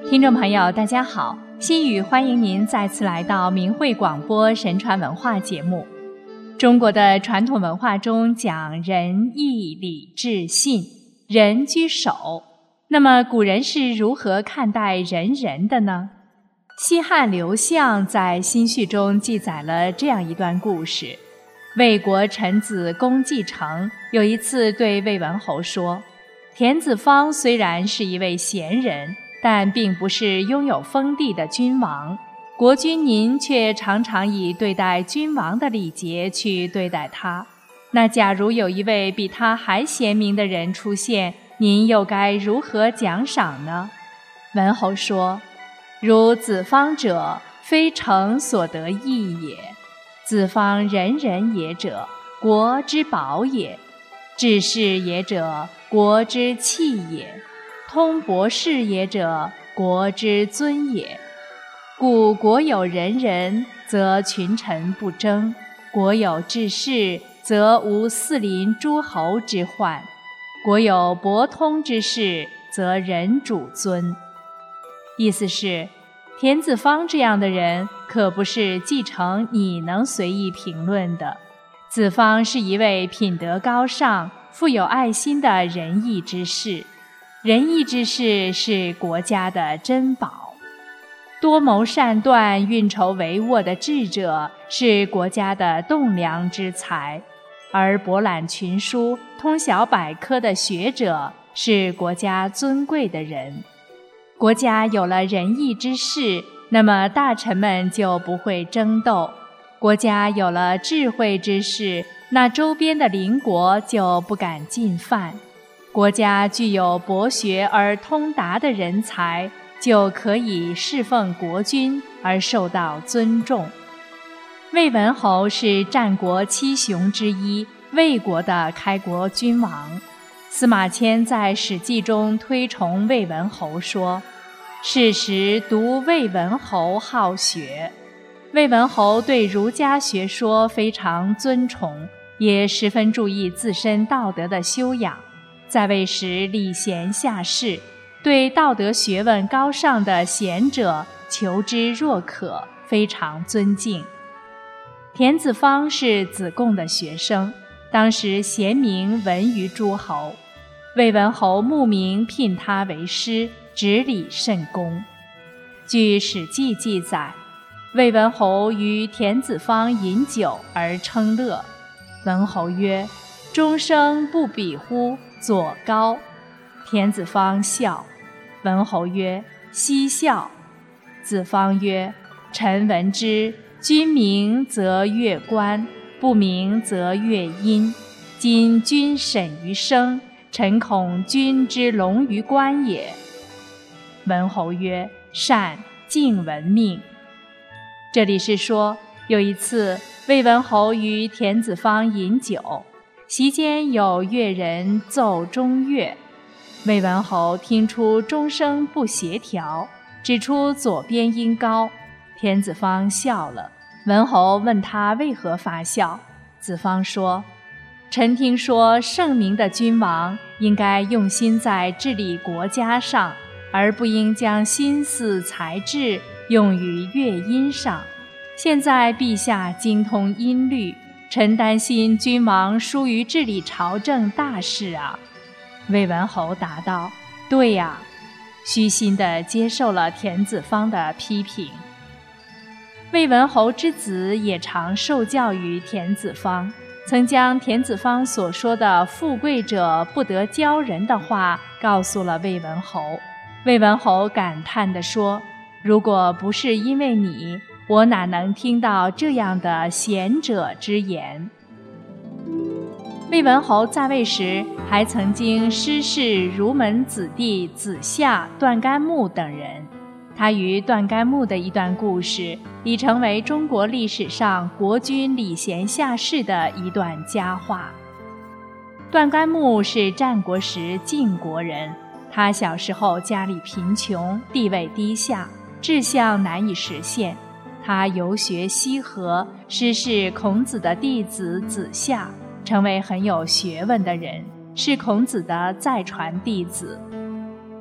听众朋友大家好，心语欢迎您再次来到明慧广播神传文化节目。中国的传统文化中讲仁义礼智信，仁居首。那么古人是如何看待仁的呢？西汉刘向在《新序》中记载了这样一段故事。魏国臣子公继成有一次对魏文侯说，田子方虽然是一位贤人，但并不是拥有封地的君王，国君您却常常以对待君王的礼节去对待他。那假如有一位比他还贤明的人出现，您又该如何奖赏呢？文侯说，如子方者，非诚所得益也。子方仁人也者，国之宝也；治世也者，国之器也；通博士也者，国之尊也。故国有仁人，则群臣不争；国有治世，则无四邻诸侯之患；国有博通之士，则人主尊。意思是，田子方这样的人可不是继承你能随意评论的。子方是一位品德高尚、富有爱心的仁义之士，仁义之士是国家的珍宝。多谋善断、运筹帷幄的智者是国家的栋梁之才，而博览群书、通晓百科的学者是国家尊贵的人。国家有了仁义之士，那么大臣们就不会争斗；国家有了智慧之士，那周边的邻国就不敢进犯；国家具有博学而通达的人才，就可以侍奉国君而受到尊重。魏文侯是战国七雄之一，魏国的开国君王。司马迁在《史记》中推崇魏文侯说，是时读魏文侯好学。魏文侯对儒家学说非常尊崇，也十分注意自身道德的修养。在位时礼贤下士，对道德学问高尚的贤者求之若渴，非常尊敬。田子方是子贡的学生，当时贤明闻于诸侯。魏文侯慕名聘他为师，执礼甚恭。据《史记》记载，魏文侯与田子方饮酒而称乐。文侯曰，终生不比乎左高。田子方笑。文侯曰，奚笑？子方曰，臣闻之，君明则乐观，不明则乐音。今君审于声，臣恐君之龙于观也。文侯曰，善，敬闻命。这里是说，有一次魏文侯与田子方饮酒，席间有乐人奏中乐，魏文侯听出钟声不协调，指出左边音高。田子方笑了。文侯问他为何发笑，子方说，臣听说圣明的君王应该用心在治理国家上，而不应将心思才智用于乐音上。现在陛下精通音律，臣担心君王疏于治理朝政大事啊。魏文侯答道，对呀，虚心地接受了田子方的批评。魏文侯之子也常受教于田子方，曾将田子方所说的富贵者不得教人的话告诉了魏文侯。魏文侯感叹地说，如果不是因为你，我哪能听到这样的贤者之言。魏文侯在位时还曾经师事儒门子弟子夏、段干木等人。他与段干木的一段故事已成为中国历史上国君礼贤下士的一段佳话。段干木是战国时晋国人，他小时候家里贫穷，地位低下，志向难以实现。他游学西河，师事孔子的弟子子夏，成为很有学问的人，是孔子的再传弟子。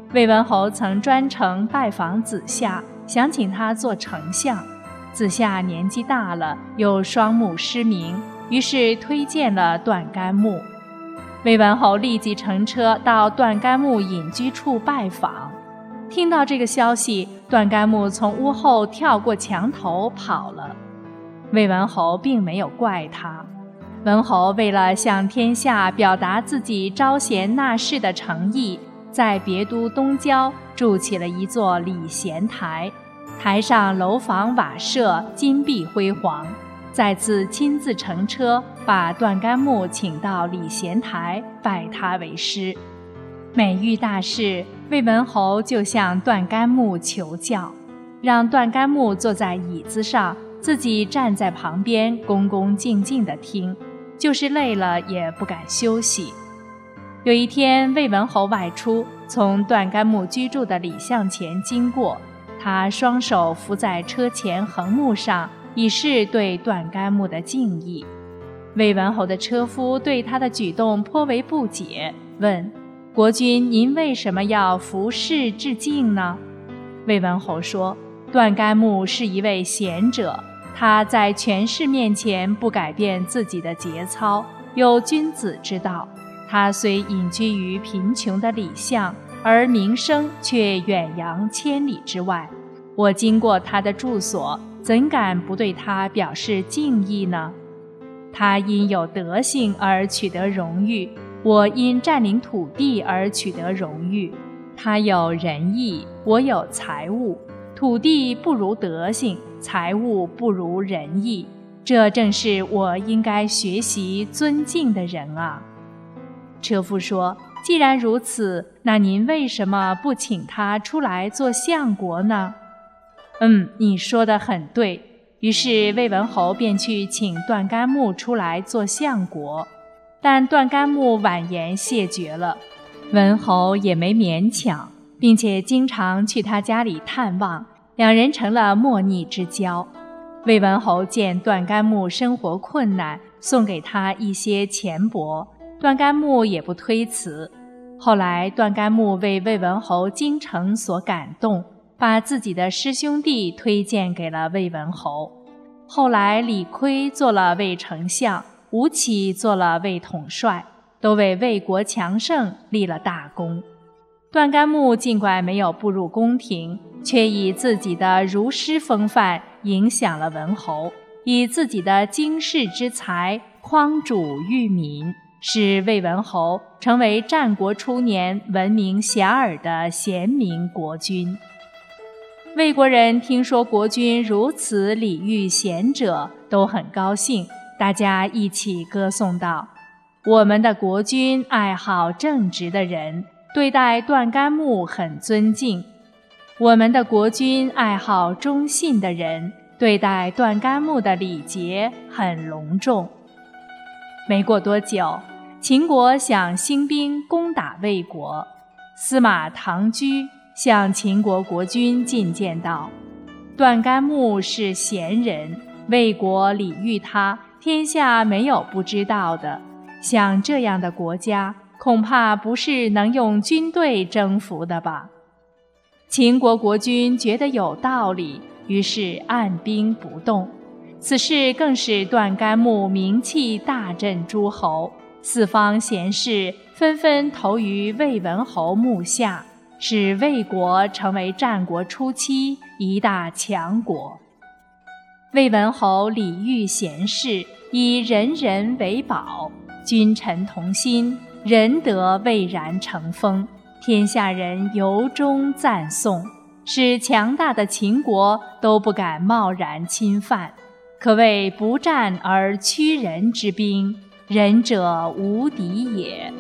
魏文侯曾专程拜访子夏，想请他做丞相。子夏年纪大了，又双目失明，于是推荐了段干木。魏文侯立即乘车到段干木隐居处拜访。听到这个消息，段干木从屋后跳过墙头跑了。魏文侯并没有怪他。文侯为了向天下表达自己招贤纳士的诚意，在别都东郊筑起了一座礼贤台，台上楼房瓦舍，金碧辉煌。再次亲自乘车把段干木请到礼贤台，拜他为师。每遇大事，魏文侯就向段干木求教，让段干木坐在椅子上，自己站在旁边恭恭敬敬地听，就是累了也不敢休息。有一天，魏文侯外出，从段干木居住的礼巷前经过，他双手扶在车前横木上，以示对段干木的敬意。魏文侯的车夫对他的举动颇为不解，问：国君，您为什么要服侍致敬呢？魏文侯说：段干木是一位贤者，他在权势面前不改变自己的节操，有君子之道。他虽隐居于贫穷的礼巷，而名声却远扬千里之外。我经过他的住所，怎敢不对他表示敬意呢？他因有德行而取得荣誉，我因占领土地而取得荣誉。他有仁义，我有财物。土地不如德行，财物不如仁义，这正是我应该学习尊敬的人啊。车夫说：既然如此，那您为什么不请他出来做相国呢？你说得很对。于是魏文侯便去请段干木出来做相国，但段干木婉言谢绝了。文侯也没勉强，并且经常去他家里探望，两人成了莫逆之交。魏文侯见段干木生活困难，送给他一些钱帛，段干木也不推辞。后来段干木为魏文侯精诚所感动，把自己的师兄弟推荐给了魏文侯。后来李悝做了魏丞相，吴起做了魏统帅，都为魏国强盛立了大功。段干木尽管没有步入宫廷，却以自己的儒师风范影响了文侯，以自己的经世之才匡主育民，使魏文侯成为战国初年闻名遐迩的贤明国君。魏国人听说国君如此礼遇贤者，都很高兴，大家一起歌颂道：我们的国君爱好正直的人，对待段干木很尊敬；我们的国君爱好忠信的人，对待段干木的礼节很隆重。没过多久，秦国想兴兵攻打魏国，司马唐居向秦国国君进谏道：段干木是贤人，魏国礼遇他，天下没有不知道的。像这样的国家，恐怕不是能用军队征服的吧。秦国国君觉得有道理，于是按兵不动。此事更使段干木名气大振诸侯，四方贤士纷纷投于魏文侯幕下，使魏国成为战国初期一大强国。魏文侯礼遇贤士，以人人为宝，君臣同心，仁德蔚然成风，天下人由衷赞颂，使强大的秦国都不敢贸然侵犯，可谓不战而屈人之兵，仁者无敌也。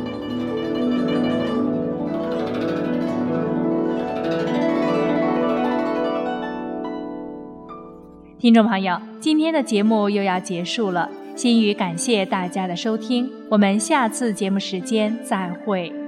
听众朋友，今天的节目又要结束了，心语感谢大家的收听，我们下次节目时间再会。